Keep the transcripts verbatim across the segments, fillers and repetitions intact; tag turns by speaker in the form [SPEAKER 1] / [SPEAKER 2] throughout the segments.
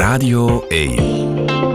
[SPEAKER 1] Radio één.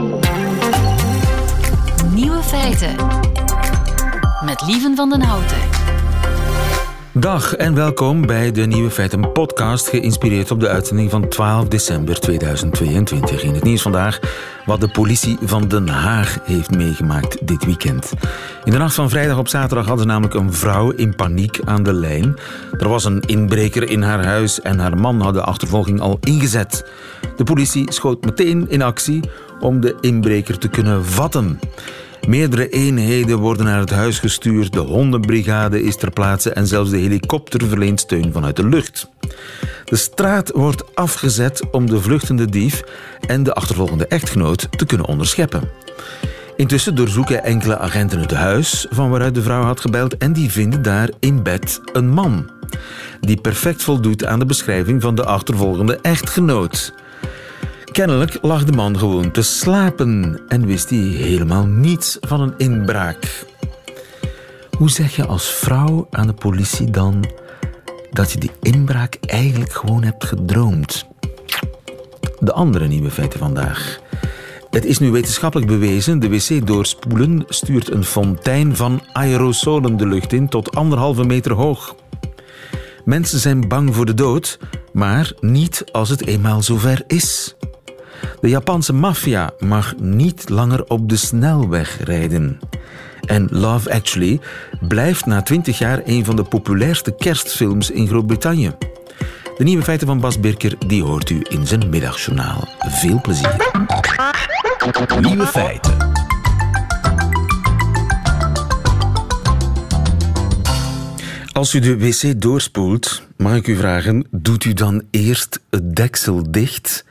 [SPEAKER 2] Nieuwe feiten. Met Lieven van den Houten.
[SPEAKER 3] Dag en welkom bij de Nieuwe Feiten podcast, geïnspireerd op de uitzending van twaalf december tweeduizend tweeëntwintig. In het nieuws vandaag wat de politie van Den Haag heeft meegemaakt dit weekend. In de nacht van vrijdag op zaterdag hadden ze namelijk een vrouw in paniek aan de lijn. Er was een inbreker in haar huis en haar man had de achtervolging al ingezet. De politie schoot meteen in actie om de inbreker te kunnen vatten. Meerdere eenheden worden naar het huis gestuurd, de hondenbrigade is ter plaatse en zelfs de helikopter verleent steun vanuit de lucht. De straat wordt afgezet om de vluchtende dief en de achtervolgende echtgenoot te kunnen onderscheppen. Intussen doorzoeken enkele agenten het huis van waaruit de vrouw had gebeld en die vinden daar in bed een man die perfect voldoet aan de beschrijving van de achtervolgende echtgenoot. Kennelijk lag de man gewoon te slapen en wist hij helemaal niets van een inbraak. Hoe zeg je als vrouw aan de politie dan dat je die inbraak eigenlijk gewoon hebt gedroomd? De andere nieuwe feiten vandaag. Het is nu wetenschappelijk bewezen, de wc doorspoelen stuurt een fontein van aerosolen de lucht in tot anderhalve meter hoog. Mensen zijn bang voor de dood, maar niet als het eenmaal zover is. De Japanse maffia mag niet langer op de snelweg rijden. En Love Actually blijft na twintig jaar een van de populairste kerstfilms in Groot-Brittannië. De nieuwe feiten van Bas Birker, die hoort u in zijn middagjournaal. Veel plezier.
[SPEAKER 1] Nieuwe feiten.
[SPEAKER 3] Als u de wc doorspoelt, mag ik u vragen, doet u dan eerst het deksel dicht?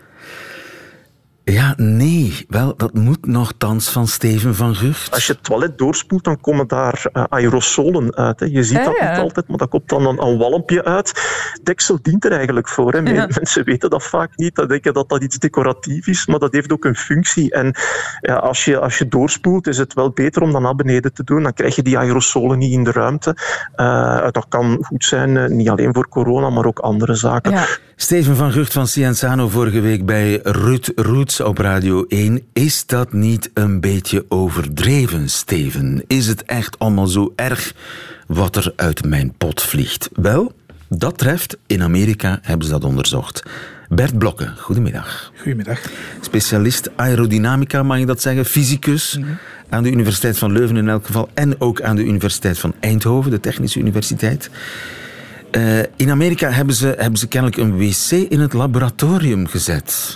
[SPEAKER 3] Ja, nee. Wel, dat moet nogthans van Steven van Gucht.
[SPEAKER 4] Als je het toilet doorspoelt, dan komen daar uh, aerosolen uit. Hè. Je ziet
[SPEAKER 5] ja,
[SPEAKER 4] dat
[SPEAKER 5] ja.
[SPEAKER 4] niet altijd, maar dat komt dan een, een walmpje uit. Deksel dient er eigenlijk voor. Hè. Ja. Mensen weten dat vaak niet. Dan denken dat dat iets decoratief is, maar dat heeft ook een functie. En ja, als, je, als je doorspoelt, is het wel beter om dat naar beneden te doen. Dan krijg je die aerosolen niet in de ruimte. Uh, dat kan goed zijn, uh, niet alleen voor corona, maar ook andere zaken.
[SPEAKER 3] Ja. Steven van Gucht van Cienzano vorige week bij Ruud Roots op Radio één. Is dat niet een beetje overdreven, Steven? Is het echt allemaal zo erg wat er uit mijn pot vliegt? Wel, dat treft. In Amerika hebben ze dat onderzocht. Bert Blokke, goedemiddag.
[SPEAKER 6] Goedemiddag.
[SPEAKER 3] Specialist aerodynamica, mag je dat zeggen? Fysicus mm-hmm. aan de Universiteit van Leuven in elk geval. En ook aan de Universiteit van Eindhoven, de Technische Universiteit. Uh, in Amerika hebben ze, hebben ze kennelijk een wc in het laboratorium gezet.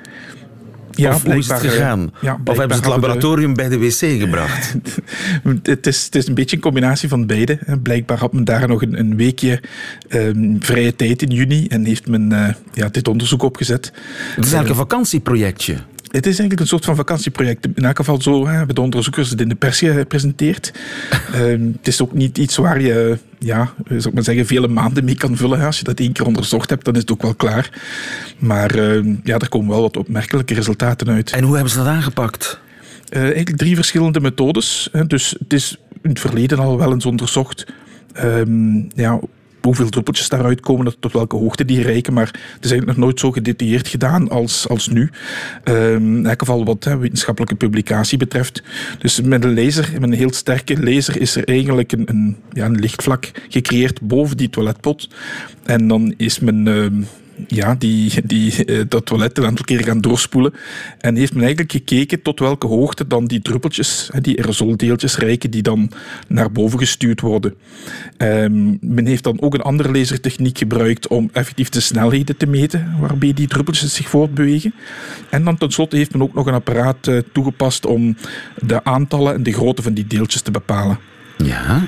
[SPEAKER 6] Ja,
[SPEAKER 3] of hoe is het gegaan?
[SPEAKER 6] Ja,
[SPEAKER 3] of hebben ze het laboratorium de... bij de wc gebracht?
[SPEAKER 6] het, is, het is een beetje een combinatie van beide. Blijkbaar had men daar nog een, een weekje um, vrije tijd in juni en heeft men uh, ja, dit onderzoek opgezet.
[SPEAKER 3] Het is eigenlijk een vakantieprojectje.
[SPEAKER 6] Het is eigenlijk een soort van vakantieproject. In elk geval zo hè, hebben de onderzoekers het in de pers gepresenteerd. um, het is ook niet iets waar je ja, zou ik maar zeggen, vele maanden mee kan vullen. Als je dat één keer onderzocht hebt, dan is het ook wel klaar. Maar uh, ja, er komen wel wat opmerkelijke resultaten uit.
[SPEAKER 3] En hoe hebben ze dat aangepakt?
[SPEAKER 6] Uh, eigenlijk drie verschillende methodes. Hè. Dus het is in het verleden al wel eens onderzocht. Um, ja, hoeveel druppeltjes daaruit komen, tot welke hoogte die reiken, maar het is eigenlijk nog nooit zo gedetailleerd gedaan als, als nu. Um, in elk geval wat hè, wetenschappelijke publicatie betreft. Dus met een laser, met een heel sterke laser, is er eigenlijk een, een, ja, een lichtvlak gecreëerd boven die toiletpot. En dan is men Um, ja, die, die, uh, dat toilet een aantal keer gaan doorspoelen. En heeft men eigenlijk gekeken tot welke hoogte dan die druppeltjes, die aerosoldeeltjes reiken, die dan naar boven gestuurd worden. Um, men heeft dan ook een andere lasertechniek gebruikt om effectief de snelheden te meten waarbij die druppeltjes zich voortbewegen. En dan tenslotte heeft men ook nog een apparaat uh, toegepast om de aantallen en de grootte van die deeltjes te bepalen.
[SPEAKER 3] Ja.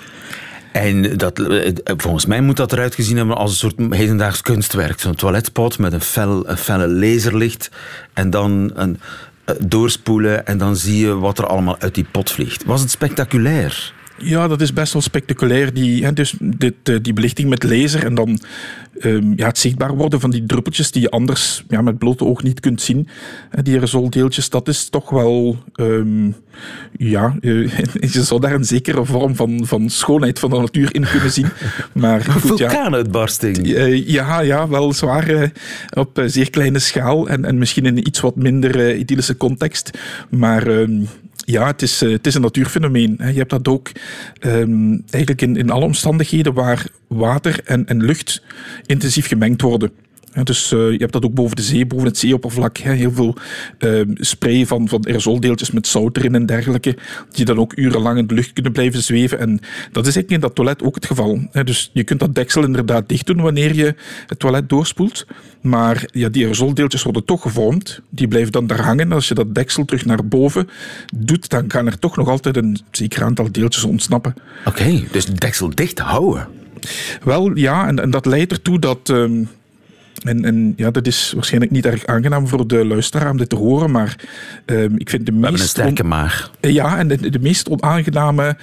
[SPEAKER 3] En dat, volgens mij moet dat eruit gezien hebben als een soort hedendaags kunstwerk. Zo'n toiletpot met een, fel, een felle laserlicht en dan een, uh, doorspoelen en dan zie je wat er allemaal uit die pot vliegt. Was het spectaculair?
[SPEAKER 6] Ja, dat is best wel spectaculair. Die, hè, dus dit, die belichting met laser en dan um, ja, het zichtbaar worden van die druppeltjes die je anders ja, met blote oog niet kunt zien. Die aerosoldeeltjes, dat is toch wel... Um, ja, je zou daar een zekere vorm van, van schoonheid van de natuur in kunnen zien. Maar
[SPEAKER 3] een
[SPEAKER 6] goed,
[SPEAKER 3] vulkaanuitbarsting.
[SPEAKER 6] Ja, ja, ja, wel zwaar uh, op uh, zeer kleine schaal en, en misschien in een iets wat minder uh, idyllische context. Maar... Um, Ja, het is, uh, het is een natuurfenomeen. Je hebt dat ook um, eigenlijk in, in alle omstandigheden waar water en, en lucht intensief gemengd worden. Ja, dus uh, je hebt dat ook boven de zee, boven het zeeoppervlak. Hè, heel veel uh, spray van, van aerosoldeeltjes met zout erin en dergelijke, die dan ook urenlang in de lucht kunnen blijven zweven. En dat is eigenlijk in dat toilet ook het geval. Hè. Dus je kunt dat deksel inderdaad dicht doen wanneer je het toilet doorspoelt. Maar ja, die aerosoldeeltjes worden toch gevormd. Die blijven dan daar hangen. Als je dat deksel terug naar boven doet, dan kan er toch nog altijd een zeker aantal deeltjes ontsnappen.
[SPEAKER 3] Oké, okay, dus het deksel dicht houden.
[SPEAKER 6] Wel, ja, en, en dat leidt ertoe dat... Um, En, en ja, dat is waarschijnlijk niet erg aangenaam voor de luisteraar om dit te horen, maar um, ik vind de
[SPEAKER 3] We
[SPEAKER 6] meest...
[SPEAKER 3] een sterke on... maag.
[SPEAKER 6] Ja, en de, de meest onaangename,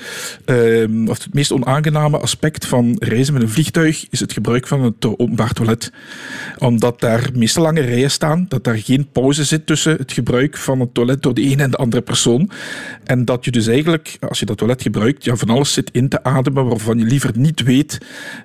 [SPEAKER 6] um, of het meest onaangename aspect van reizen met een vliegtuig is het gebruik van het openbaar toilet. Omdat daar meestal lange rijen staan, dat daar geen pauze zit tussen het gebruik van het toilet door de ene en de andere persoon. En dat je dus eigenlijk, als je dat toilet gebruikt, ja, van alles zit in te ademen waarvan je liever niet weet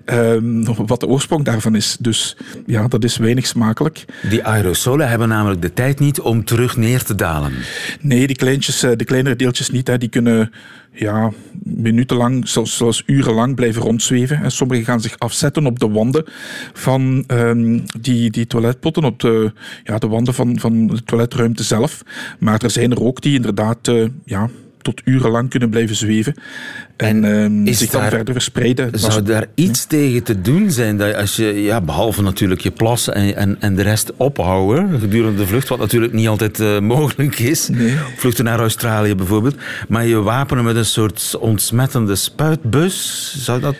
[SPEAKER 6] um, wat de oorsprong daarvan is. Dus ja, dat is weinig smakelijk.
[SPEAKER 3] Die aerosolen hebben namelijk de tijd niet om terug neer te dalen.
[SPEAKER 6] Nee, die kleintjes, de kleinere deeltjes niet. Hè. Die kunnen ja, minutenlang, zelfs, zelfs urenlang blijven rondzweven. En sommigen gaan zich afzetten op de wanden van um, die, die toiletpotten, op de, ja, de wanden van, van de toiletruimte zelf. Maar er zijn er ook die inderdaad... Uh, ja, tot urenlang kunnen blijven zweven en, en zich dan daar, verder verspreiden.
[SPEAKER 3] Zou daar iets ja. tegen te doen zijn? Dat als je, ja, behalve natuurlijk je plassen en, en, en de rest ophouden gedurende de vlucht, wat natuurlijk niet altijd uh, mogelijk is.
[SPEAKER 6] Nee.
[SPEAKER 3] Vluchten naar Australië bijvoorbeeld. Maar je wapenen met een soort ontsmettende spuitbus, zou dat...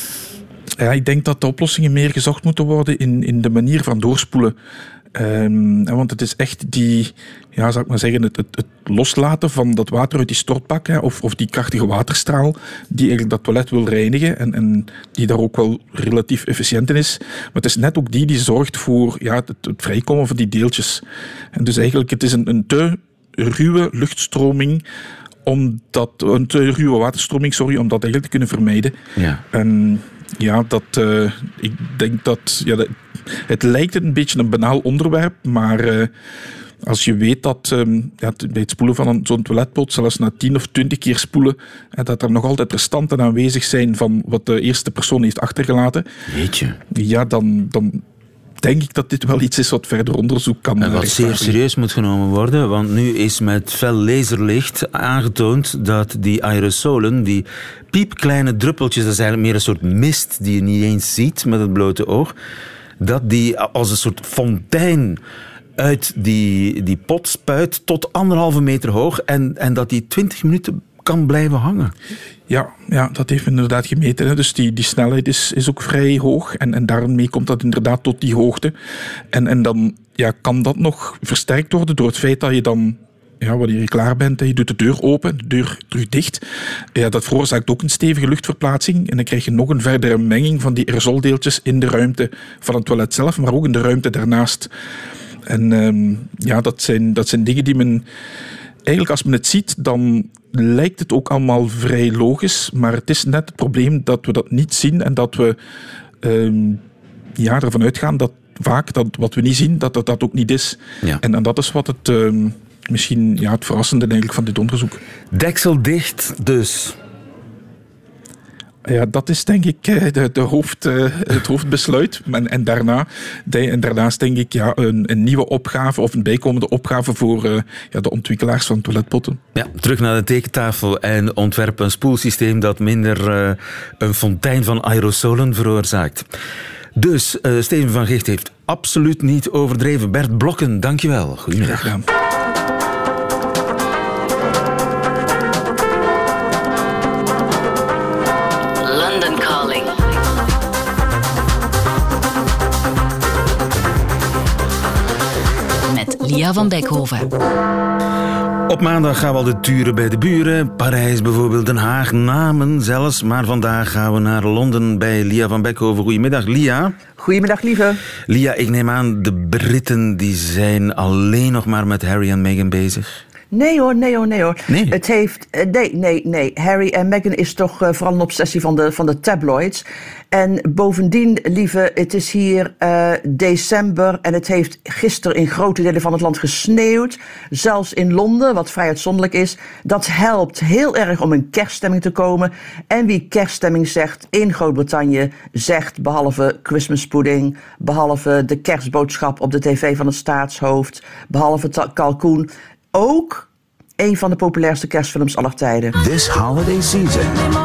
[SPEAKER 6] Ja, ik denk dat de oplossingen meer gezocht moeten worden in, in de manier van doorspoelen. Um, want het is echt die, ja, zou ik maar zeggen, het, het, het loslaten van dat water uit die stortbak, hè, of, of die krachtige waterstraal die eigenlijk dat toilet wil reinigen en, en die daar ook wel relatief efficiënt in is. Maar het is net ook die die zorgt voor ja, het, het vrijkomen van die deeltjes. En dus eigenlijk, het is een, een te ruwe luchtstroming om dat, een te ruwe waterstroming, sorry, om dat eigenlijk te kunnen vermijden.
[SPEAKER 3] Ja.
[SPEAKER 6] En ja, dat, uh, ik denk dat... Ja, dat het lijkt een beetje een banaal onderwerp, maar uh, als je weet dat um, ja, bij het spoelen van een, zo'n toiletpot, zelfs na tien of twintig keer spoelen, uh, dat er nog altijd restanten aanwezig zijn van wat de eerste persoon heeft achtergelaten.
[SPEAKER 3] Weet je?
[SPEAKER 6] Ja, dan... dan denk ik dat dit wel iets is wat verder onderzoek kan...
[SPEAKER 3] En wat zeer serieus moet genomen worden, want nu is met fel laserlicht aangetoond dat die aerosolen, die piepkleine druppeltjes, dat is eigenlijk meer een soort mist die je niet eens ziet met het blote oog, dat die als een soort fontein uit die, die pot spuit tot anderhalve meter hoog en, en dat die twintig minuten kan blijven hangen.
[SPEAKER 6] Ja, ja, dat heeft men inderdaad gemeten. Hè. Dus die, die snelheid is, is ook vrij hoog. En, en daarmee komt dat inderdaad tot die hoogte. En, en dan ja, kan dat nog versterkt worden door het feit dat je dan, ja, wanneer je klaar bent, je doet de deur open, de deur terug dicht. Ja, dat veroorzaakt ook een stevige luchtverplaatsing. En dan krijg je nog een verdere menging van die aerosoldeeltjes in de ruimte van het toilet zelf, maar ook in de ruimte daarnaast. En um, ja, dat zijn, dat zijn dingen die men... Eigenlijk als men het ziet, dan lijkt het ook allemaal vrij logisch, maar het is net het probleem dat we dat niet zien en dat we um, ja, ervan uitgaan dat vaak dat wat we niet zien, dat dat, dat ook niet is.
[SPEAKER 3] Ja.
[SPEAKER 6] En, en dat is wat het um, misschien ja, het verrassende eigenlijk van dit onderzoek.
[SPEAKER 3] Deksel dicht dus.
[SPEAKER 6] Ja, dat is denk ik de, de hoofd, het hoofdbesluit. En, en, daarna, de, en daarnaast denk ik ja, een, een nieuwe opgave of een bijkomende opgave voor uh, ja, de ontwikkelaars van toiletpotten.
[SPEAKER 3] Ja, terug naar de tekentafel en ontwerp een spoelsysteem dat minder uh, een fontein van aerosolen veroorzaakt. Dus uh, Steven van Gicht heeft absoluut niet overdreven. Bert Blokken, dankjewel. Goedemiddag.
[SPEAKER 6] Ja.
[SPEAKER 2] Lia van Beckhoven.
[SPEAKER 3] Op maandag gaan we al de turen bij de buren. Parijs bijvoorbeeld, Den Haag, namen zelfs. Maar vandaag gaan we naar Londen bij Lia van Beckhoven. Goedemiddag, Lia.
[SPEAKER 5] Goedemiddag, lieve.
[SPEAKER 3] Lia, ik neem aan, de Britten die zijn alleen nog maar met Harry en Meghan bezig.
[SPEAKER 5] Nee hoor, nee hoor, nee hoor.
[SPEAKER 3] Nee?
[SPEAKER 5] Het heeft, nee, nee, nee. Harry en Meghan is toch uh, vooral een obsessie van de, van de tabloids. En bovendien, lieve, het is hier uh, december en het heeft gisteren in grote delen van het land gesneeuwd. Zelfs in Londen, wat vrij uitzonderlijk is. Dat helpt heel erg om in kerststemming te komen. En wie kerststemming zegt in Groot-Brittannië, zegt behalve Christmas pudding, behalve de kerstboodschap op de tv van het staatshoofd, behalve ta- kalkoen, ook een van de populairste kerstfilms aller tijden.
[SPEAKER 1] This holiday season.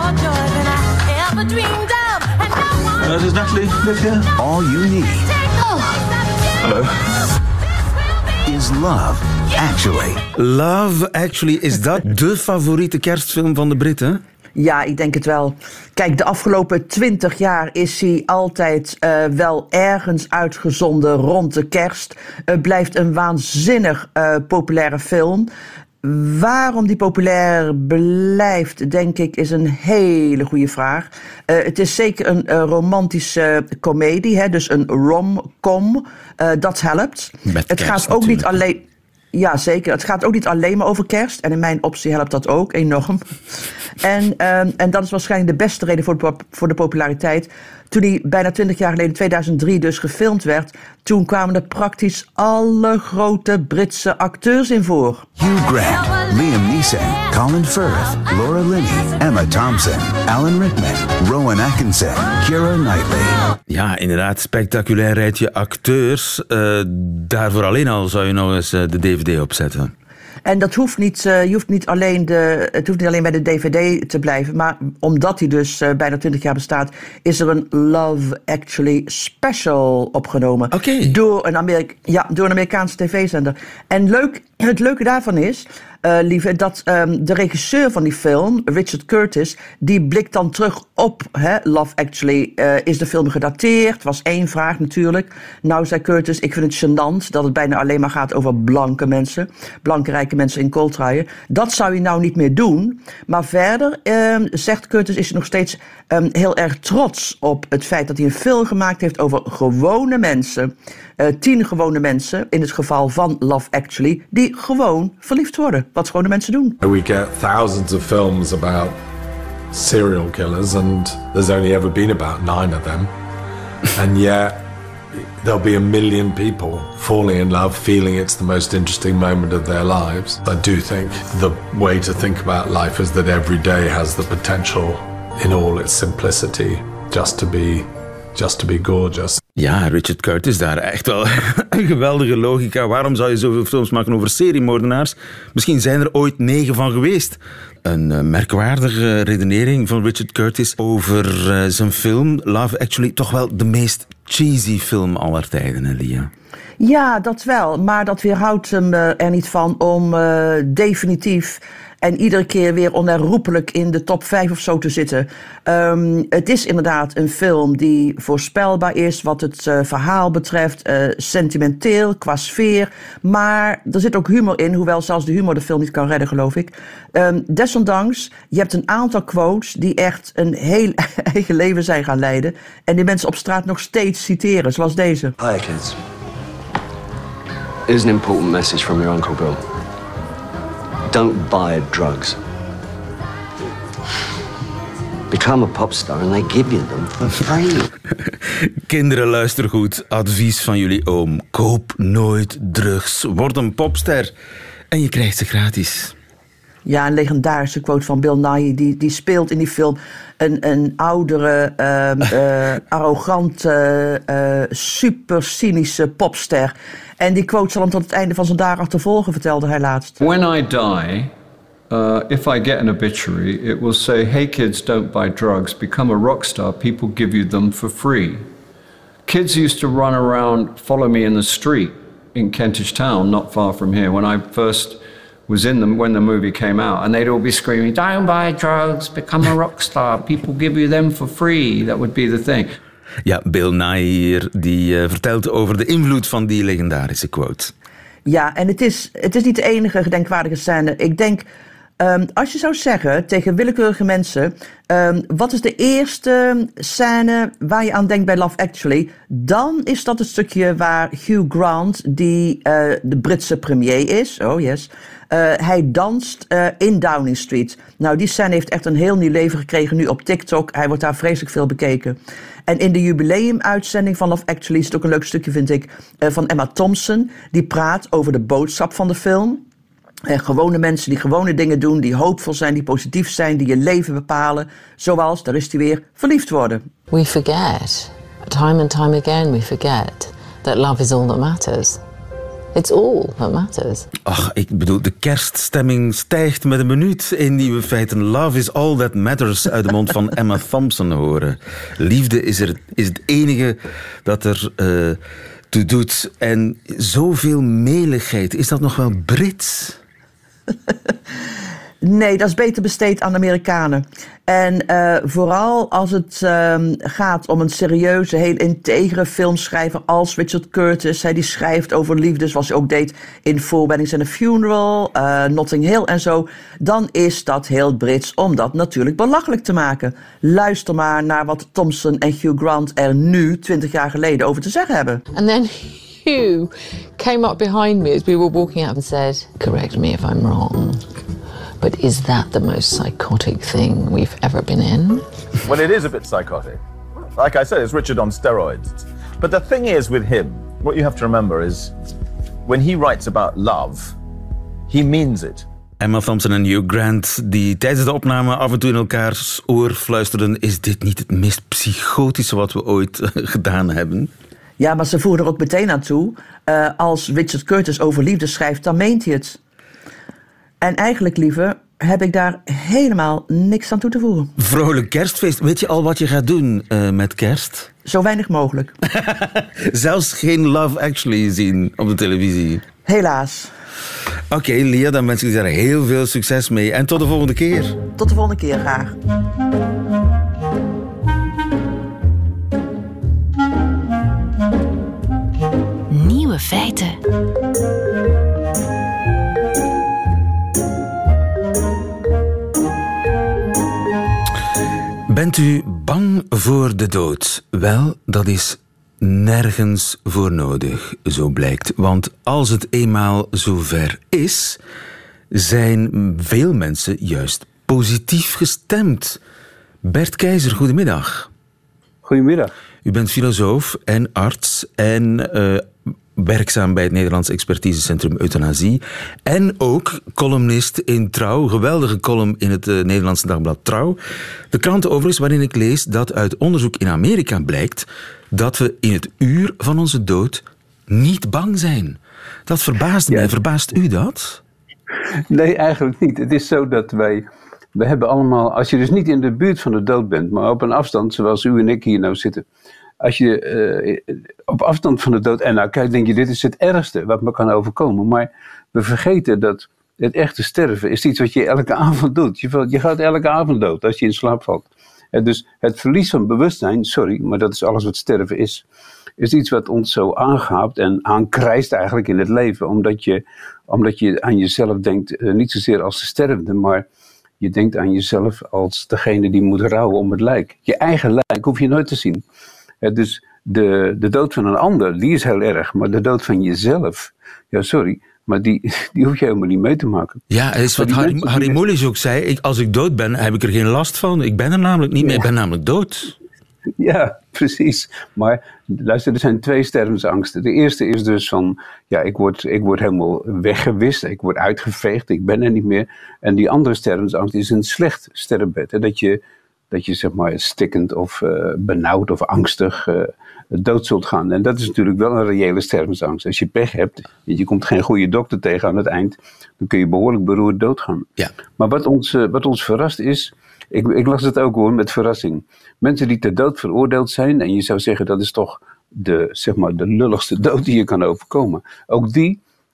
[SPEAKER 7] Uh, does Natalie live here?
[SPEAKER 1] All you need.
[SPEAKER 7] Hello.
[SPEAKER 1] Is Love Actually.
[SPEAKER 3] Love Actually, is dat de favoriete kerstfilm van de Britten?
[SPEAKER 5] Ja, ik denk het wel. Kijk, de afgelopen twintig jaar is hij altijd uh, wel ergens uitgezonden rond de kerst. Het blijft een waanzinnig uh, populaire film. Waarom die populair blijft, denk ik, is een hele goede vraag. Uh, het is zeker een uh, romantische komedie, hè, dus een rom-com. Uh, dat helpt.
[SPEAKER 3] Met
[SPEAKER 5] het
[SPEAKER 3] kerst,
[SPEAKER 5] gaat ook
[SPEAKER 3] natuurlijk.
[SPEAKER 5] niet alleen. Ja, zeker. Het gaat ook niet alleen maar over kerst. En in mijn optie helpt dat ook enorm. En, um, en dat is waarschijnlijk de beste reden voor de, voor de populariteit. Toen hij bijna twintig jaar geleden, tweeduizend drie, dus gefilmd werd, toen kwamen er praktisch alle grote Britse acteurs in voor.
[SPEAKER 1] Hugh Grant, Liam Neeson, Colin Firth, Laura Linney, Emma Thompson, Alan Rickman, Rowan Atkinson, Keira Knightley.
[SPEAKER 3] Ja, inderdaad, spectaculair rijtje acteurs. Uh, daarvoor alleen al zou je nog eens uh, de D V D opzetten.
[SPEAKER 5] En dat hoeft niet, uh, je hoeft niet alleen de, het hoeft niet alleen bij de D V D te blijven, maar omdat hij dus uh, bijna twintig jaar bestaat, is er een Love Actually special opgenomen.
[SPEAKER 3] Oké.
[SPEAKER 5] Door een Amerika- ja, door een Amerikaanse tv-zender. En leuk, het leuke daarvan is, uh, lieve, dat um, de regisseur van die film, Richard Curtis, die blikt dan terug op hè, Love Actually. Uh, is de film gedateerd? Was één vraag natuurlijk. Nou, zei Curtis, ik vind het gênant dat het bijna alleen maar gaat over blanke mensen. Blanke rijke mensen in kooltruien. Dat zou je nou niet meer doen. Maar verder, um, zegt Curtis, is hij nog steeds um, heel erg trots op het feit dat hij een film gemaakt heeft over gewone mensen. Uh, tien gewone mensen, in het geval van Love Actually, die gewoon verliefd worden. Wat gewone mensen doen.
[SPEAKER 8] We get thousands of films about serial killers and there's only ever been about nine of them. And yet there'll be a million people falling in love, feeling it's the most interesting moment of their lives. I do think the way to think about life is that every day has the potential in all its simplicity just to be just to be gorgeous.
[SPEAKER 3] Ja, Richard Curtis daar. Echt wel een geweldige logica. Waarom zou je zoveel films maken over seriemoordenaars? Misschien zijn er ooit negen van geweest. Een uh, merkwaardige redenering van Richard Curtis over uh, zijn film Love Actually. Toch wel de meest cheesy film aller tijden, hè, Lia?
[SPEAKER 5] Ja, dat wel. Maar dat weerhoudt hem uh, er niet van om uh, definitief en iedere keer weer onherroepelijk in de top vijf of zo te zitten. Um, het is inderdaad een film die voorspelbaar is wat het uh, verhaal betreft. Uh, sentimenteel, qua sfeer. Maar er zit ook humor in, hoewel zelfs de humor de film niet kan redden, geloof ik. Um, desondanks, je hebt een aantal quotes die echt een heel eigen leven zijn gaan leiden. En die mensen op straat nog steeds citeren, zoals deze.
[SPEAKER 9] Hi kids. Here's an important message from your Uncle Bill. Don't buy drugs. Become a popstar and they give you them for free.
[SPEAKER 3] Kinderen, luister goed. Advies van jullie oom. Koop nooit drugs. Word een popster. En je krijgt ze gratis.
[SPEAKER 5] Ja, een legendarische quote van Bill Nighy. Die, die speelt in die film een, een oudere, uh, uh, arrogante, uh, super cynische popster. En die quote zal hem tot het einde van zijn dagen achtervolgen, vertelde hij laatst.
[SPEAKER 10] When I die, uh, if I get an obituary, it will say, hey kids, don't buy drugs. Become a rock star. People give you them for free. Kids used to run around, follow me in the street in Kentish Town, not far from here, when I first was in them when the movie came out, and they'd all be screaming, don't buy drugs, become a rock star, people give you them for free. That would be the thing.
[SPEAKER 3] Ja, Bill Nighy hier, die uh, vertelt over de invloed van die legendarische quote.
[SPEAKER 5] Ja, en het is, het is niet de enige gedenkwaardige scène. Ik denk, um, als je zou zeggen tegen willekeurige mensen, um, wat is de eerste scène waar je aan denkt bij Love Actually? Dan is dat het stukje waar Hugh Grant, die uh, de Britse premier is, oh yes, uh, hij danst uh, in Downing Street. Nou, die scène heeft echt een heel nieuw leven gekregen nu op TikTok. Hij wordt daar vreselijk veel bekeken. En in de jubileumuitzending van Love Actually is het ook een leuk stukje, vind ik, uh, van Emma Thompson. Die praat over de boodschap van de film. Uh, gewone mensen die gewone dingen doen, die hoopvol zijn, die positief zijn, die je leven bepalen. Zoals, daar is die weer, verliefd worden.
[SPEAKER 11] We forget, time and time again we forget, that love is all that matters. It's all that matters.
[SPEAKER 3] Ach, ik bedoel, de kerststemming stijgt met een minuut in Nieuwe Feiten. Love is all that matters uit de mond van Emma Thompson horen. Liefde is, er, is het enige dat er uh, toe doet. En zoveel meligheid, is dat nog wel Brits?
[SPEAKER 5] Nee, dat is beter besteed aan de Amerikanen. En uh, vooral als het um, gaat om een serieuze, heel integere filmschrijver als Richard Curtis. Hij die schrijft over liefde, zoals hij ook deed in Four Weddings and a Funeral, uh, Notting Hill en zo. Dan is dat heel Brits om dat natuurlijk belachelijk te maken. Luister maar naar wat Thompson en Hugh Grant er nu, twintig jaar geleden, over te zeggen hebben.
[SPEAKER 11] And then Hugh came up behind me as we were walking out and said, correct me if I'm wrong, but is that the most psychotic thing we've ever been in?
[SPEAKER 12] Well, it is a bit psychotic. Like I said, it's Richard on steroids. But the thing is with him, what you have to remember is when he writes about love, he means it.
[SPEAKER 3] Emma Thompson en Hugh Grant, die tijdens de opname af en toe in elkaars oor fluisterden, is dit niet het meest psychotische wat we ooit gedaan hebben?
[SPEAKER 5] Ja, maar ze voeren er ook meteen aan toe. Uh, als Richard Curtis over liefde schrijft, dan meent hij het. En eigenlijk, lieve, heb ik daar helemaal niks aan toe te voegen.
[SPEAKER 3] Vrolijk kerstfeest. Weet je al wat je gaat doen uh, met kerst?
[SPEAKER 5] Zo weinig mogelijk.
[SPEAKER 3] Zelfs geen Love Actually zien op de televisie?
[SPEAKER 5] Helaas.
[SPEAKER 3] Oké, okay, Lia, dan wens ik je daar heel veel succes mee. En tot de volgende keer.
[SPEAKER 5] Tot de volgende keer, graag.
[SPEAKER 2] Nieuwe feiten.
[SPEAKER 3] Bent u bang voor de dood? Wel, dat is nergens voor nodig, zo blijkt. Want als het eenmaal zover is, zijn veel mensen juist positief gestemd. Bert Keizer, goedemiddag.
[SPEAKER 13] Goedemiddag.
[SPEAKER 3] U bent filosoof en arts en uh, werkzaam bij het Nederlands Expertisecentrum Euthanasie. En ook columnist in Trouw, geweldige column in het uh, Nederlandse dagblad Trouw. De krant overigens waarin ik lees dat uit onderzoek in Amerika blijkt dat we in het uur van onze dood niet bang zijn. Dat verbaast mij. Ja. Verbaast u dat?
[SPEAKER 13] Nee, eigenlijk niet. Het is zo dat wij... We hebben allemaal, als je dus niet in de buurt van de dood bent, maar op een afstand, zoals u en ik hier nou zitten. Als je uh, op afstand van de dood, en nou kijk, denk je, dit is het ergste wat me kan overkomen. Maar we vergeten dat het echte sterven is iets wat je elke avond doet. Je, je gaat elke avond dood als je in slaap valt. En dus het verlies van bewustzijn, sorry, maar dat is alles wat sterven is, is iets wat ons zo aangaapt en aankrijst eigenlijk in het leven. Omdat je, omdat je aan jezelf denkt, uh, niet zozeer als de stervende, maar je denkt aan jezelf als degene die moet rouwen om het lijk. Je eigen lijk hoef je nooit te zien. Uh, dus de, de dood van een ander, die is heel erg. Maar de dood van jezelf, ja sorry, maar die, die hoef je helemaal niet mee te maken.
[SPEAKER 3] Ja, het is wat Harry, Harry Mulisch ook zei. Ik, als ik dood ben, heb ik er geen last van. Ik ben er namelijk niet meer, ja. Ik ben namelijk dood.
[SPEAKER 13] Ja, precies. Maar luister, er zijn twee stervensangsten. De eerste is dus van, ja, ik word, ik word helemaal weggewist. Ik word uitgeveegd, ik ben er niet meer. En die andere stervensangst is een slecht sterfbed. Hè? Dat je, dat je zeg maar stikkend of uh, benauwd of angstig uh, dood zult gaan. En dat is natuurlijk wel een reële stervensangst. Als je pech hebt, je komt geen goede dokter tegen aan het eind, dan kun je behoorlijk beroerd doodgaan.
[SPEAKER 3] Ja.
[SPEAKER 13] Maar wat ons, uh, wat ons verrast is, ik, ik las het ook hoor, met verrassing. Mensen die ter dood veroordeeld zijn, en je zou zeggen dat is toch de, zeg maar, de lulligste dood die je kan overkomen. Ook die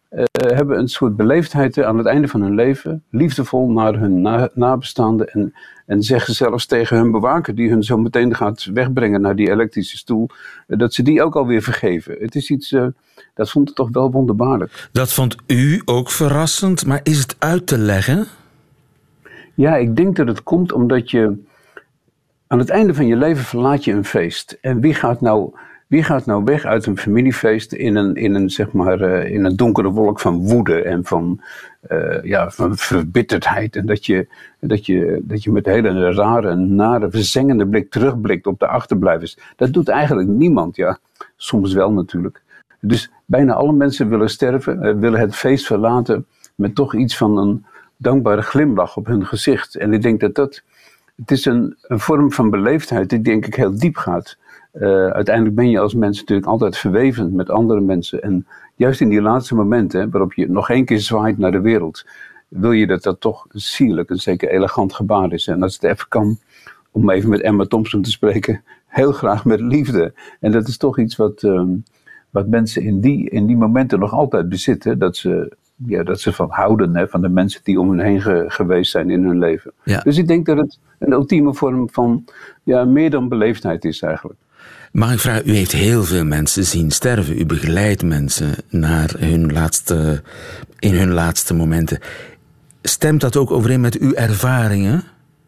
[SPEAKER 13] uh, hebben een soort beleefdheid aan het einde van hun leven, liefdevol naar hun na- nabestaanden en, en zeggen zelfs tegen hun bewaker, die hun zo meteen gaat wegbrengen naar die elektrische stoel, uh, dat ze die ook alweer vergeven. Het is iets, uh, dat vond ik toch wel wonderbaarlijk.
[SPEAKER 3] Dat vond u ook verrassend, maar is het uit te leggen?
[SPEAKER 13] Ja, ik denk dat het komt omdat je aan het einde van je leven verlaat je een feest. En wie gaat nou, wie gaat nou weg uit een familiefeest in een, in een, zeg maar, uh, in een donkere wolk van woede en van, uh, ja, van verbitterdheid. En dat je, dat, je, dat je met een hele rare, nare, verzengende blik terugblikt op de achterblijvers. Dat doet eigenlijk niemand, ja. Soms wel natuurlijk. Dus bijna alle mensen willen sterven, uh, willen het feest verlaten met toch iets van een dankbare glimlach op hun gezicht. En ik denk dat dat... Het is een, een vorm van beleefdheid die denk ik heel diep gaat. Uh, uiteindelijk ben je als mens natuurlijk altijd verweven met andere mensen. En juist in die laatste momenten, waarop je nog één keer zwaait naar de wereld, wil je dat dat toch een sierlijk en zeker elegant gebaar is. En als het even kan, om even met Emma Thompson te spreken, heel graag met liefde. En dat is toch iets wat, um, wat mensen in die, in die momenten nog altijd bezitten. Dat ze, ja, dat ze van houden, hè, van de mensen die om hen heen ge, geweest zijn in hun leven. Ja. Dus ik denk dat het een ultieme vorm van ja, meer dan beleefdheid is eigenlijk.
[SPEAKER 3] Mag ik vragen, u heeft heel veel mensen zien sterven. U begeleidt mensen naar hun laatste, in hun laatste momenten. Stemt dat ook overeen met uw ervaringen?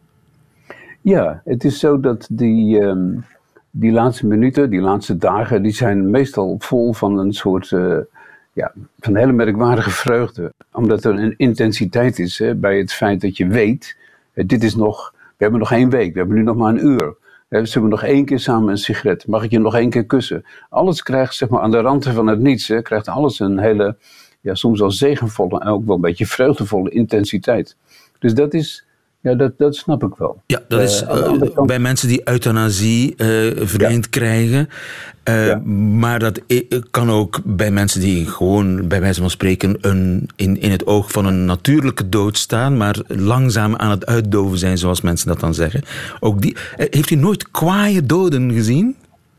[SPEAKER 13] Ja, het is zo dat die, um, die laatste minuten, die laatste dagen, die zijn meestal vol van een soort uh, ja, van hele merkwaardige vreugde. Omdat er een intensiteit is hè, bij het feit dat je weet, uh, dit is nog, we hebben nog één week, we hebben nu nog maar een uur. Uh, zullen we nog één keer samen een sigaret? Mag ik je nog één keer kussen? Alles krijgt, zeg maar, aan de randen van het niets, hè, krijgt alles een hele, ja, soms wel zegenvolle en ook wel een beetje vreugdevolle intensiteit. Dus dat is... Ja, dat, dat snap ik wel.
[SPEAKER 3] Ja, dat is uh, uh, bij mensen die euthanasie uh, verleend ja. krijgen. Uh, ja. Maar dat kan ook bij mensen die gewoon, bij wijze van spreken, een, in, in het oog van een natuurlijke dood staan, maar langzaam aan het uitdoven zijn, zoals mensen dat dan zeggen. Ook die, uh, heeft u nooit kwaaie doden gezien?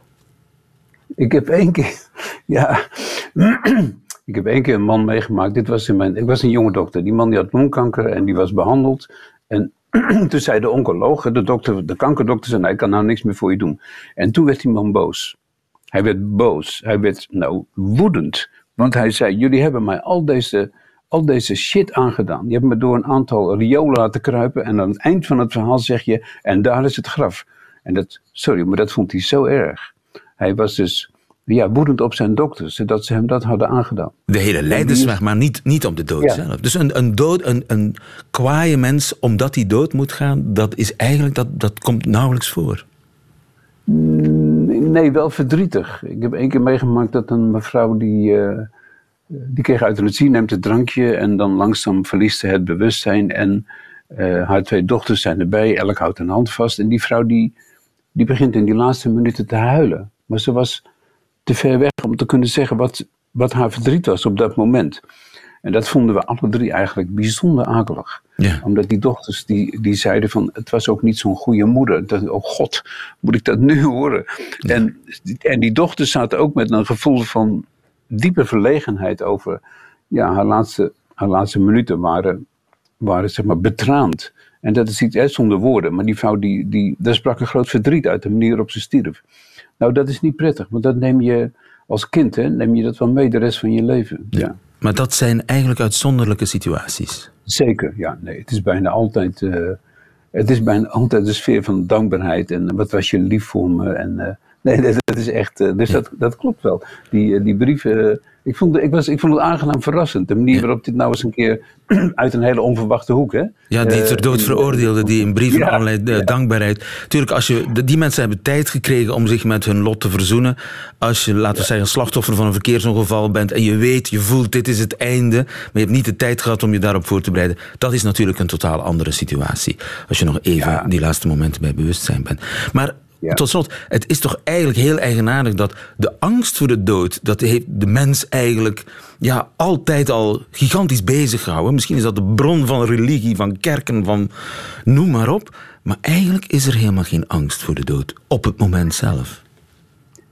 [SPEAKER 13] Ik heb één keer... Ja... Ik heb één keer een man meegemaakt. Dit was in mijn, ik was een jonge dokter. Die man die had longkanker en die was behandeld. En toen zei de oncoloog, de, dokter, de kankerdokter, zei, nou, ik kan nou niks meer voor je doen. En toen werd die man boos. Hij werd boos. Hij werd nou woedend. Want hij zei, jullie hebben mij al deze, al deze shit aangedaan. Je hebt me door een aantal riolen laten kruipen. En aan het eind van het verhaal zeg je, en daar is het graf. En dat, sorry, maar dat vond hij zo erg. Hij was dus... Ja, woedend op zijn dokters, dat ze hem dat hadden aangedaan.
[SPEAKER 3] De hele lijdensweg, maar niet, niet om de dood ja. zelf. Dus een, een, dood, een, een kwaaie mens, omdat hij dood moet gaan, dat is eigenlijk, dat, dat komt nauwelijks voor.
[SPEAKER 13] Nee, wel verdrietig. Ik heb één keer meegemaakt dat een mevrouw die, uh, die kreeg euthanasie, neemt het drankje en dan langzaam verliest ze het bewustzijn. En uh, haar twee dochters zijn erbij, elk houdt een hand vast. En die vrouw die, die begint in die laatste minuten te huilen. Maar ze was te ver weg om te kunnen zeggen wat, wat haar verdriet was op dat moment. En dat vonden we alle drie eigenlijk bijzonder akelig. Ja. Omdat die dochters die, die zeiden van, het was ook niet zo'n goede moeder. Dat, oh god, moet ik dat nu horen? Ja. En, en die dochters zaten ook met een gevoel van diepe verlegenheid over, ja, haar laatste, haar laatste minuten waren, waren zeg maar betraand. En dat is iets hè, zonder woorden. Maar die vrouw, die, die, daar sprak een groot verdriet uit de manier waarop ze stierf. Nou, dat is niet prettig, want dat neem je als kind, hè, neem je dat wel mee de rest van je leven. Ja. Ja.
[SPEAKER 3] Maar dat zijn eigenlijk uitzonderlijke situaties.
[SPEAKER 13] Zeker, ja. Nee, het is bijna altijd, uh, het is bijna altijd de sfeer van dankbaarheid en wat was je lief voor me. En, uh, nee, dat, dat is echt, uh, dus ja. dat, dat klopt wel. Die, uh, die brieven, uh, ik, vond, ik, was, ik vond het aangenaam verrassend. De manier ja. waarop dit nou eens een keer uit een hele onverwachte hoek, hè.
[SPEAKER 3] Ja, die ter dood veroordeelden, die in brieven ja, allerlei uh, ja. dankbaarheid. Tuurlijk, als je, die mensen hebben tijd gekregen om zich met hun lot te verzoenen. Als je, laten we ja. zeggen, slachtoffer van een verkeersongeval bent en je weet, je voelt, dit is het einde, maar je hebt niet de tijd gehad om je daarop voor te bereiden. Dat is natuurlijk een totaal andere situatie. Als je nog even ja. die laatste momenten bij bewustzijn bent. Maar ja. tot slot, het is toch eigenlijk heel eigenaardig dat de angst voor de dood, dat heeft de mens eigenlijk ja, altijd al gigantisch bezig gehouden. Misschien is dat de bron van religie, van kerken, van noem maar op. Maar eigenlijk is er helemaal geen angst voor de dood op het moment zelf.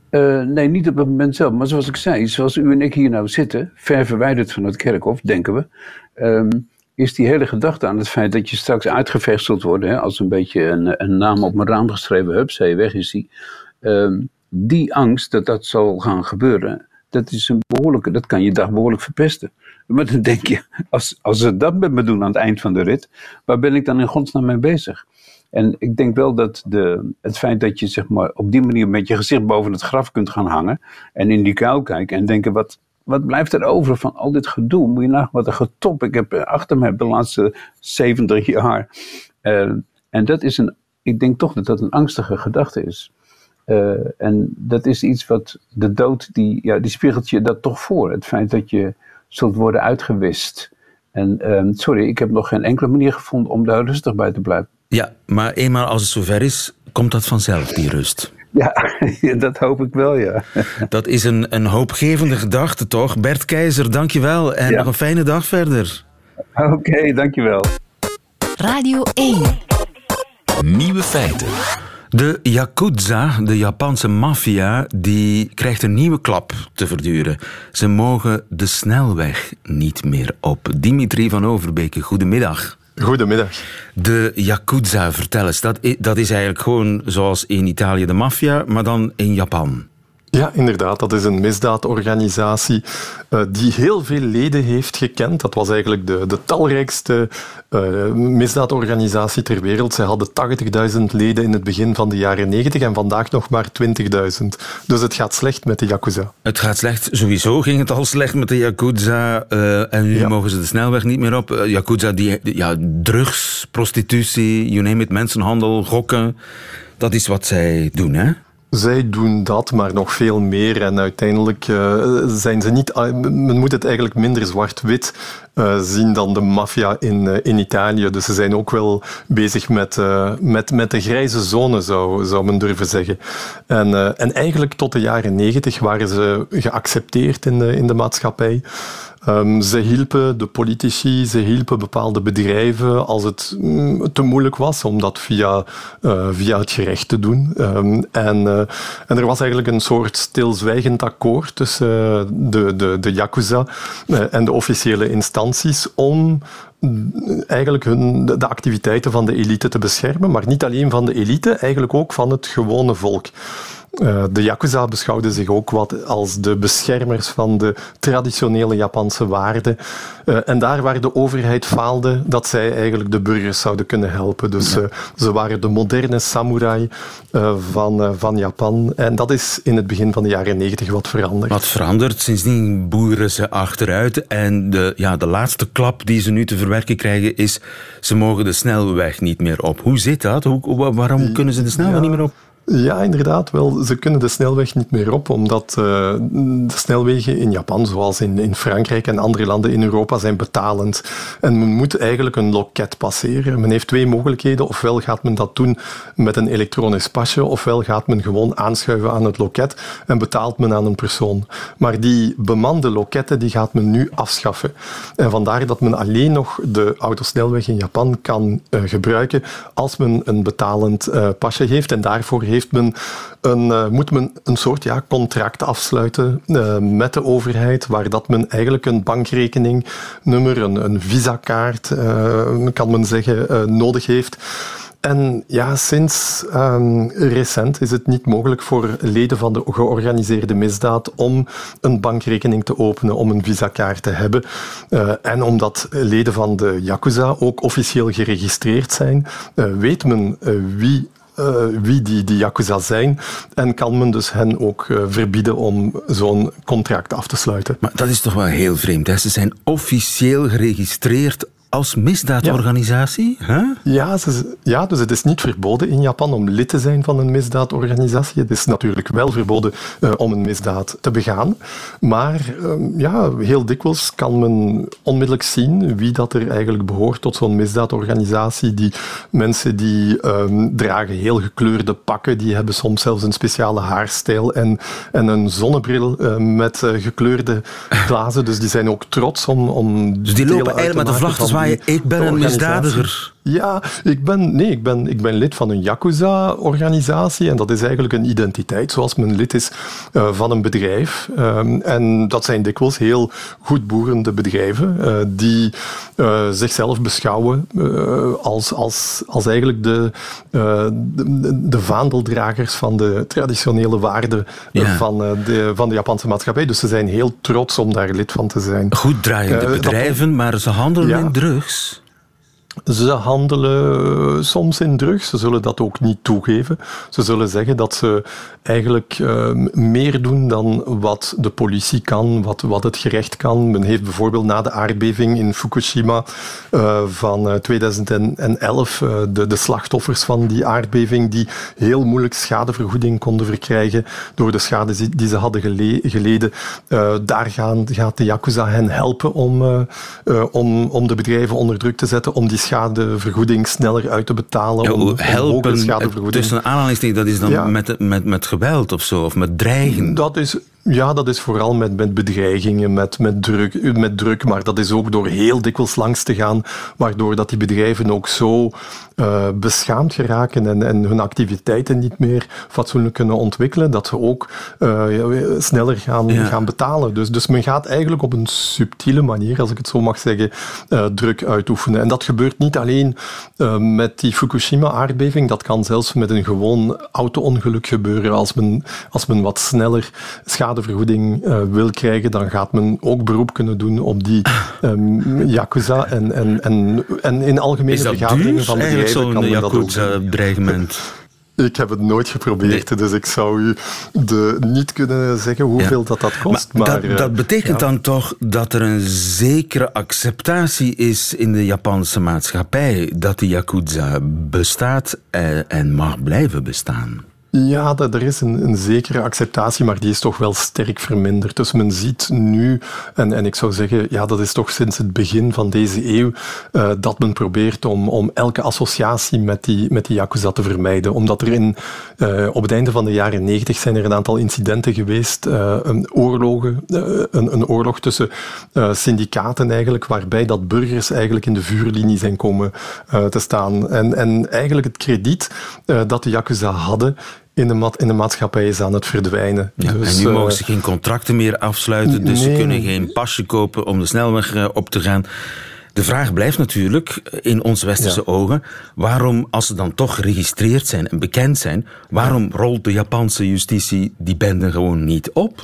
[SPEAKER 13] Uh, nee, niet op het moment zelf. Maar zoals ik zei, zoals u en ik hier nou zitten, ver verwijderd van het kerkhof, denken we, um, is die hele gedachte aan het feit dat je straks uitgeveegd zult worden, hè, als een beetje een, een naam op mijn raam geschreven, hupsee, weg is die. Um, die angst dat dat zal gaan gebeuren, dat is een behoorlijke, dat kan je dag behoorlijk verpesten. Maar dan denk je, als, als ze dat met me doen aan het eind van de rit, waar ben ik dan in godsnaam mee bezig? En ik denk wel dat de, het feit dat je zeg maar, op die manier met je gezicht boven het graf kunt gaan hangen en in die kuil kijken en denken, wat, wat blijft er over van al dit gedoe? Moet je nagaan wat een getop ik heb achter me de laatste zeventig jaar. Uh, en dat is een, ik denk toch dat dat een angstige gedachte is. Uh, en dat is iets wat de dood, die, ja, die spiegelt je dat toch voor. Het feit dat je zult worden uitgewist. En uh, sorry, ik heb nog geen enkele manier gevonden om daar rustig bij te blijven.
[SPEAKER 3] Ja, maar eenmaal als het zover is, komt dat vanzelf, die rust.
[SPEAKER 13] Ja, dat hoop ik wel, ja.
[SPEAKER 3] Dat is een, een hoopgevende gedachte, toch? Bert Keizer, dankjewel en ja. nog een fijne dag verder.
[SPEAKER 13] Oké, okay, dankjewel.
[SPEAKER 2] Radio één.
[SPEAKER 3] Nieuwe feiten. De Yakuza, de Japanse maffia, die krijgt een nieuwe klap te verduren. Ze mogen de snelweg niet meer op. Dimitri van Overbeke, goedemiddag.
[SPEAKER 14] Goedemiddag.
[SPEAKER 3] De Yakuza, vertel eens, dat is, dat is eigenlijk gewoon zoals in Italië de maffia, maar dan in Japan.
[SPEAKER 14] Ja, inderdaad. Dat is een misdaadorganisatie uh, die heel veel leden heeft gekend. Dat was eigenlijk de, de talrijkste uh, misdaadorganisatie ter wereld. Zij hadden tachtigduizend leden in het begin van de jaren negentig en vandaag nog maar twintigduizend. Dus het gaat slecht met de Yakuza.
[SPEAKER 3] Het gaat slecht. Sowieso ging het al slecht met de Yakuza. Uh, en nu ja. mogen ze de snelweg niet meer op. Uh, Yakuza, die, ja, drugs, prostitutie, you name it, mensenhandel, gokken. Dat is wat zij doen, hè?
[SPEAKER 14] Zij doen dat, maar nog veel meer. En uiteindelijk uh, zijn ze niet... Uh, men moet het eigenlijk minder zwart-wit uh, zien dan de maffia in, uh, in Italië. Dus ze zijn ook wel bezig met, uh, met, met de grijze zone, zou, zou men durven zeggen. En, uh, en eigenlijk tot de jaren negentig waren ze geaccepteerd in de, in de maatschappij. Um, ze hielpen de politici, ze hielpen bepaalde bedrijven als het mm, te moeilijk was om dat via, uh, via het gerecht te doen. Um, en, uh, en er was eigenlijk een soort stilzwijgend akkoord tussen uh, de, de, de Yakuza uh, en de officiële instanties om eigenlijk hun, de activiteiten van de elite te beschermen, maar niet alleen van de elite, eigenlijk ook van het gewone volk. Uh, de Yakuza beschouwden zich ook wat als de beschermers van de traditionele Japanse waarden. Uh, en daar waar de overheid faalde, dat zij eigenlijk de burgers zouden kunnen helpen. Dus uh, ze waren de moderne samurai uh, van, uh, van Japan. En dat is in het begin van de jaren negentig wat veranderd.
[SPEAKER 3] Wat veranderd. Sindsdien boeren ze achteruit. En de, ja, de laatste klap die ze nu te verwerken krijgen is, ze mogen de snelweg niet meer op. Hoe zit dat? Hoe, waarom kunnen ze de snelweg ja. niet meer op?
[SPEAKER 14] Ja, inderdaad wel. Ze kunnen de snelweg niet meer op, omdat uh, de snelwegen in Japan, zoals in, in Frankrijk en andere landen in Europa, zijn betalend. En men moet eigenlijk een loket passeren. Men heeft twee mogelijkheden. Ofwel gaat men dat doen met een elektronisch pasje, ofwel gaat men gewoon aanschuiven aan het loket en betaalt men aan een persoon. Maar die bemande loketten die gaat men nu afschaffen. En vandaar dat men alleen nog de autosnelweg in Japan kan uh, gebruiken als men een betalend uh, pasje heeft. En daarvoor heeft Heeft men een, uh, moet men een soort ja, contract afsluiten uh, met de overheid, waar dat men eigenlijk een bankrekeningnummer, een, een visakaart, uh, kan men zeggen, uh, nodig heeft. En ja, sinds um, recent is het niet mogelijk voor leden van de georganiseerde misdaad om een bankrekening te openen, om een visakaart te hebben. Uh, en omdat leden van de Yakuza ook officieel geregistreerd zijn, uh, weet men uh, wie Uh, wie die, die Yakuza zijn en kan men dus hen ook uh, verbieden om zo'n contract af te sluiten.
[SPEAKER 3] Maar dat is toch wel heel vreemd, hè? Ze zijn officieel geregistreerd als misdaadorganisatie?
[SPEAKER 14] Ja. Huh? Ja, ze, ja, dus het is niet verboden in Japan om lid te zijn van een misdaadorganisatie. Het is natuurlijk wel verboden uh, om een misdaad te begaan. Maar uh, ja, heel dikwijls kan men onmiddellijk zien wie dat er eigenlijk behoort tot zo'n misdaadorganisatie. Die mensen die um, dragen heel gekleurde pakken, die hebben soms zelfs een speciale haarstijl en, en een zonnebril uh, met uh, gekleurde glazen. Dus die zijn ook trots om, om
[SPEAKER 3] dus die lopen eigenlijk met de vlag te zwaaien, ik ben een misdadiger.
[SPEAKER 14] Ja, ik ben, nee, ik ben, ik ben lid van een Yakuza-organisatie en dat is eigenlijk een identiteit zoals men lid is uh, van een bedrijf. Um, en dat zijn dikwijls heel goedboerende bedrijven uh, die uh, zichzelf beschouwen uh, als, als, als eigenlijk de, uh, de, de vaandeldragers van de traditionele waarden uh, ja. van, uh, de, van de Japanse maatschappij. Dus ze zijn heel trots om daar lid van te zijn.
[SPEAKER 3] Goed draaiende uh, bedrijven, dat, maar ze handelen ja. in drugs.
[SPEAKER 14] Ze handelen soms in drugs. Ze zullen dat ook niet toegeven. Ze zullen zeggen dat ze eigenlijk uh, meer doen dan wat de politie kan, wat, wat het gerecht kan. Men heeft bijvoorbeeld na de aardbeving in Fukushima uh, van uh, tweeduizend elf uh, de, de slachtoffers van die aardbeving die heel moeilijk schadevergoeding konden verkrijgen door de schade die ze hadden gele- geleden. Uh, daar gaan, gaat de Yakuza hen helpen om, uh, uh, om, om de bedrijven onder druk te zetten, om die schadevergoeding sneller uit te betalen.
[SPEAKER 3] Ja,
[SPEAKER 14] om,
[SPEAKER 3] helpen,
[SPEAKER 14] om schadevergoeding.
[SPEAKER 3] Tussen aanhalingstekens, dat is dan ja. met, met, met geweld of zo, of met dreigen?
[SPEAKER 14] Dat is... Ja, dat is vooral met, met bedreigingen, met, met, druk, met druk, maar dat is ook door heel dikwijls langs te gaan, waardoor dat die bedrijven ook zo uh, beschaamd geraken en, en hun activiteiten niet meer fatsoenlijk kunnen ontwikkelen, dat ze ook uh, sneller gaan, ja. gaan betalen. Dus, dus men gaat eigenlijk op een subtiele manier, als ik het zo mag zeggen, uh, druk uitoefenen. En dat gebeurt niet alleen uh, met die Fukushima-aardbeving, dat kan zelfs met een gewoon auto-ongeluk gebeuren. Als men, als men wat sneller schadevergoeding uh, wil krijgen, dan gaat men ook beroep kunnen doen op die um, Yakuza. En, en, en, en in algemene vergaderingen
[SPEAKER 3] duur?
[SPEAKER 14] van bedrijven kan men dat ook
[SPEAKER 3] doen. Dreigement.
[SPEAKER 14] Ik heb het nooit geprobeerd, nee. dus ik zou u de, niet kunnen zeggen hoeveel ja. dat, dat kost. Maar,
[SPEAKER 3] maar dat, dat betekent ja. dan toch dat er een zekere acceptatie is in de Japanse maatschappij dat de Yakuza bestaat en mag blijven bestaan?
[SPEAKER 14] Ja, er is een, een zekere acceptatie, maar die is toch wel sterk verminderd. Dus men ziet nu, en, en ik zou zeggen, ja, dat is toch sinds het begin van deze eeuw, uh, dat men probeert om, om elke associatie met die, met die Yakuza te vermijden. Omdat er in, uh, op het einde van de jaren negentig zijn er een aantal incidenten geweest, uh, een, oorlogen, uh, een, een oorlog tussen uh, syndicaten eigenlijk, waarbij dat burgers eigenlijk in de vuurlinie zijn komen uh, te staan. En, en eigenlijk het krediet uh, dat de Yakuza hadden in de, ma- in de maatschappij is aan het verdwijnen.
[SPEAKER 3] Ja, dus, en nu mogen ze geen contracten meer afsluiten, dus nee. ze kunnen geen pasje kopen om de snelweg op te gaan. De vraag blijft natuurlijk, in ons westerse ja. ogen, waarom, als ze dan toch geregistreerd zijn en bekend zijn, waarom ja. rolt de Japanse justitie die benden gewoon niet op?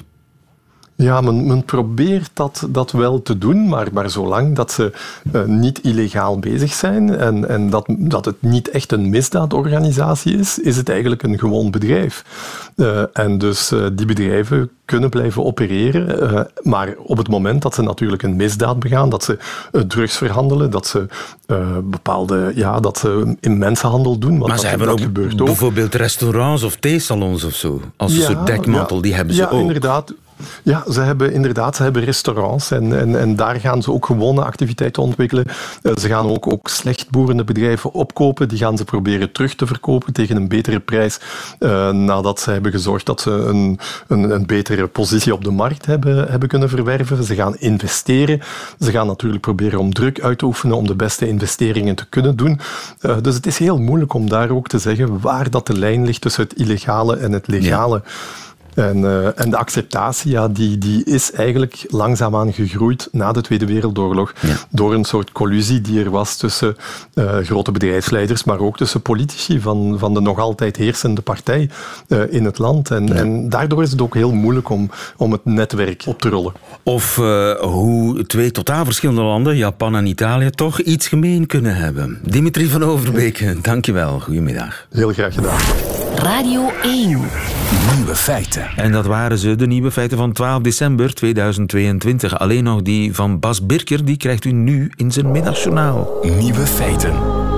[SPEAKER 14] Ja, men, men probeert dat, dat wel te doen, maar, maar zolang dat ze uh, niet illegaal bezig zijn en, en dat, dat het niet echt een misdaadorganisatie is, is het eigenlijk een gewoon bedrijf. Uh, en dus uh, die bedrijven kunnen blijven opereren, uh, maar op het moment dat ze natuurlijk een misdaad begaan, dat ze uh, drugs verhandelen, dat ze uh, bepaalde, ja, dat ze in mensenhandel doen.
[SPEAKER 3] Maar
[SPEAKER 14] dat,
[SPEAKER 3] ze hebben
[SPEAKER 14] dat
[SPEAKER 3] ook
[SPEAKER 14] gebeurt ook
[SPEAKER 3] bijvoorbeeld restaurants of theesalons of zo, als een ja, soort dekmantel,
[SPEAKER 14] ja,
[SPEAKER 3] die hebben ze
[SPEAKER 14] ja,
[SPEAKER 3] ook.
[SPEAKER 14] Inderdaad. Ja, ze hebben inderdaad ze hebben restaurants en, en, en daar gaan ze ook gewone activiteiten ontwikkelen. Uh, ze gaan ook, ook slechtboerende bedrijven opkopen. Die gaan ze proberen terug te verkopen tegen een betere prijs uh, nadat ze hebben gezorgd dat ze een, een, een betere positie op de markt hebben, hebben kunnen verwerven. Ze gaan investeren. Ze gaan natuurlijk proberen om druk uit te oefenen om de beste investeringen te kunnen doen. Uh, dus het is heel moeilijk om daar ook te zeggen waar dat de lijn ligt tussen het illegale en het legale. Ja. En, uh, en de acceptatie, ja, die, die is eigenlijk langzaamaan gegroeid na de Tweede Wereldoorlog. Ja. Door een soort collusie die er was tussen uh, grote bedrijfsleiders, maar ook tussen politici van, van de nog altijd heersende partij uh, in het land. En, ja. en daardoor is het ook heel moeilijk om, om het netwerk op te rollen.
[SPEAKER 3] Of uh, hoe twee totaal verschillende landen, Japan en Italië, toch iets gemeen kunnen hebben. Dimitri van Overbeek, dankjewel. Goedemiddag.
[SPEAKER 14] Heel graag gedaan.
[SPEAKER 2] Radio één.
[SPEAKER 1] Nieuwe feiten.
[SPEAKER 3] En dat waren ze, de nieuwe feiten van twaalf december tweeduizend tweeëntwintig. Alleen nog die van Bas Birker, die krijgt u nu in zijn middagjournaal.
[SPEAKER 1] Nieuwe feiten.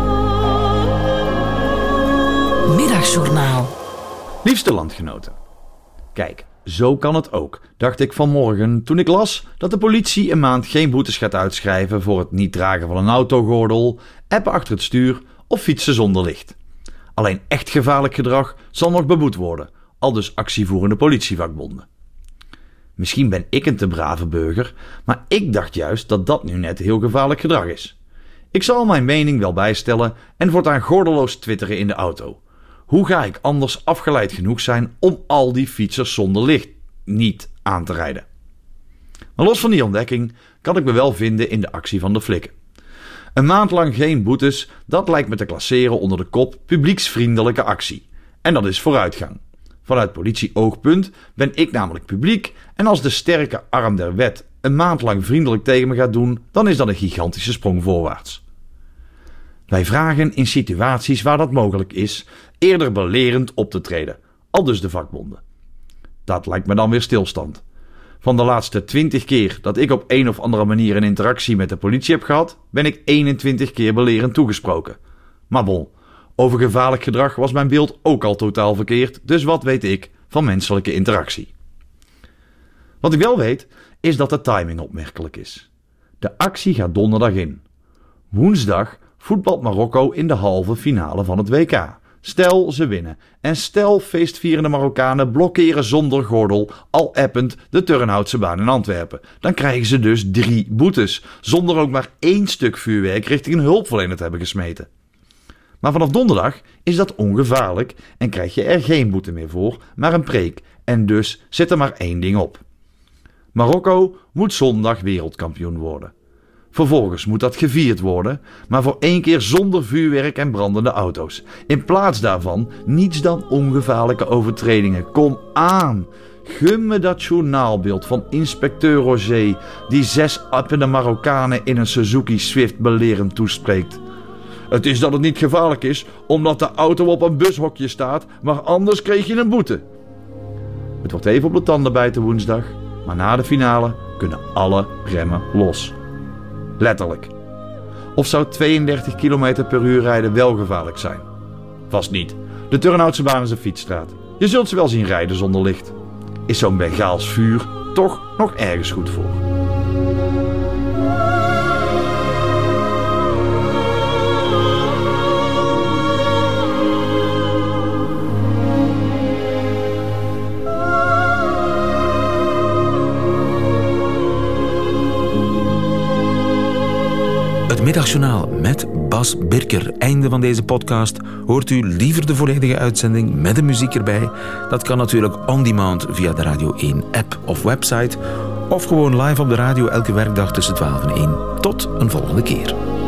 [SPEAKER 2] Middagjournaal.
[SPEAKER 15] Liefste landgenoten. Kijk, zo kan het ook, dacht ik vanmorgen toen ik las dat de politie een maand geen boetes gaat uitschrijven voor het niet dragen van een autogordel, appen achter het stuur of fietsen zonder licht. Alleen echt gevaarlijk gedrag zal nog beboet worden, aldus actievoerende politievakbonden. Misschien ben ik een te brave burger, maar ik dacht juist dat dat nu net heel gevaarlijk gedrag is. Ik zal mijn mening wel bijstellen en voortaan gordeloos twitteren in de auto. Hoe ga ik anders afgeleid genoeg zijn om al die fietsers zonder licht niet aan te rijden? Maar los van die ontdekking kan ik me wel vinden in de actie van de flikken. Een maand lang geen boetes, dat lijkt me te klasseren onder de kop publieksvriendelijke actie. En dat is vooruitgang. Vanuit politie-oogpunt ben ik namelijk publiek en als de sterke arm der wet een maand lang vriendelijk tegen me gaat doen, dan is dat een gigantische sprong voorwaarts. Wij vragen in situaties waar dat mogelijk is eerder belerend op te treden, aldus de vakbonden. Dat lijkt me dan weer stilstand. Van de laatste twintig keer dat ik op een of andere manier een interactie met de politie heb gehad, ben ik eenentwintig keer belerend toegesproken. Maar bon, over gevaarlijk gedrag was mijn beeld ook al totaal verkeerd, dus wat weet ik van menselijke interactie? Wat ik wel weet, is dat de timing opmerkelijk is. De actie gaat donderdag in. Woensdag voetbalt Marokko in de halve finale van het W K. Stel ze winnen en stel feestvierende Marokkanen blokkeren zonder gordel al append de Turnhoutse baan in Antwerpen. Dan krijgen ze dus drie boetes, zonder ook maar één stuk vuurwerk richting een hulpverlener te hebben gesmeten. Maar vanaf donderdag is dat ongevaarlijk en krijg je er geen boete meer voor, maar een preek en dus zit er maar één ding op. Marokko moet zondag wereldkampioen worden. Vervolgens moet dat gevierd worden, maar voor één keer zonder vuurwerk en brandende auto's. In plaats daarvan niets dan ongevaarlijke overtredingen. Kom aan! Gun me dat journaalbeeld van inspecteur Roger, die zes appende Marokkanen in een Suzuki Swift belerend toespreekt. Het is dat het niet gevaarlijk is, omdat de auto op een bushokje staat, maar anders kreeg je een boete. Het wordt even op de tanden bijten woensdag, maar na de finale kunnen alle remmen los. Letterlijk. Of zou tweeëndertig kilometer per uur rijden wel gevaarlijk zijn? Vast niet. De Turnhoutse baan is een fietsstraat. Je zult ze wel zien rijden zonder licht. Is zo'n Bengaals vuur toch nog ergens goed voor?
[SPEAKER 3] Het Middagjournaal met Bas Birker. Einde van deze podcast. Hoort u liever de volledige uitzending met de muziek erbij? Dat kan natuurlijk on demand via de Radio één app of website. Of gewoon live op de radio elke werkdag tussen twaalf en één. Tot een volgende keer.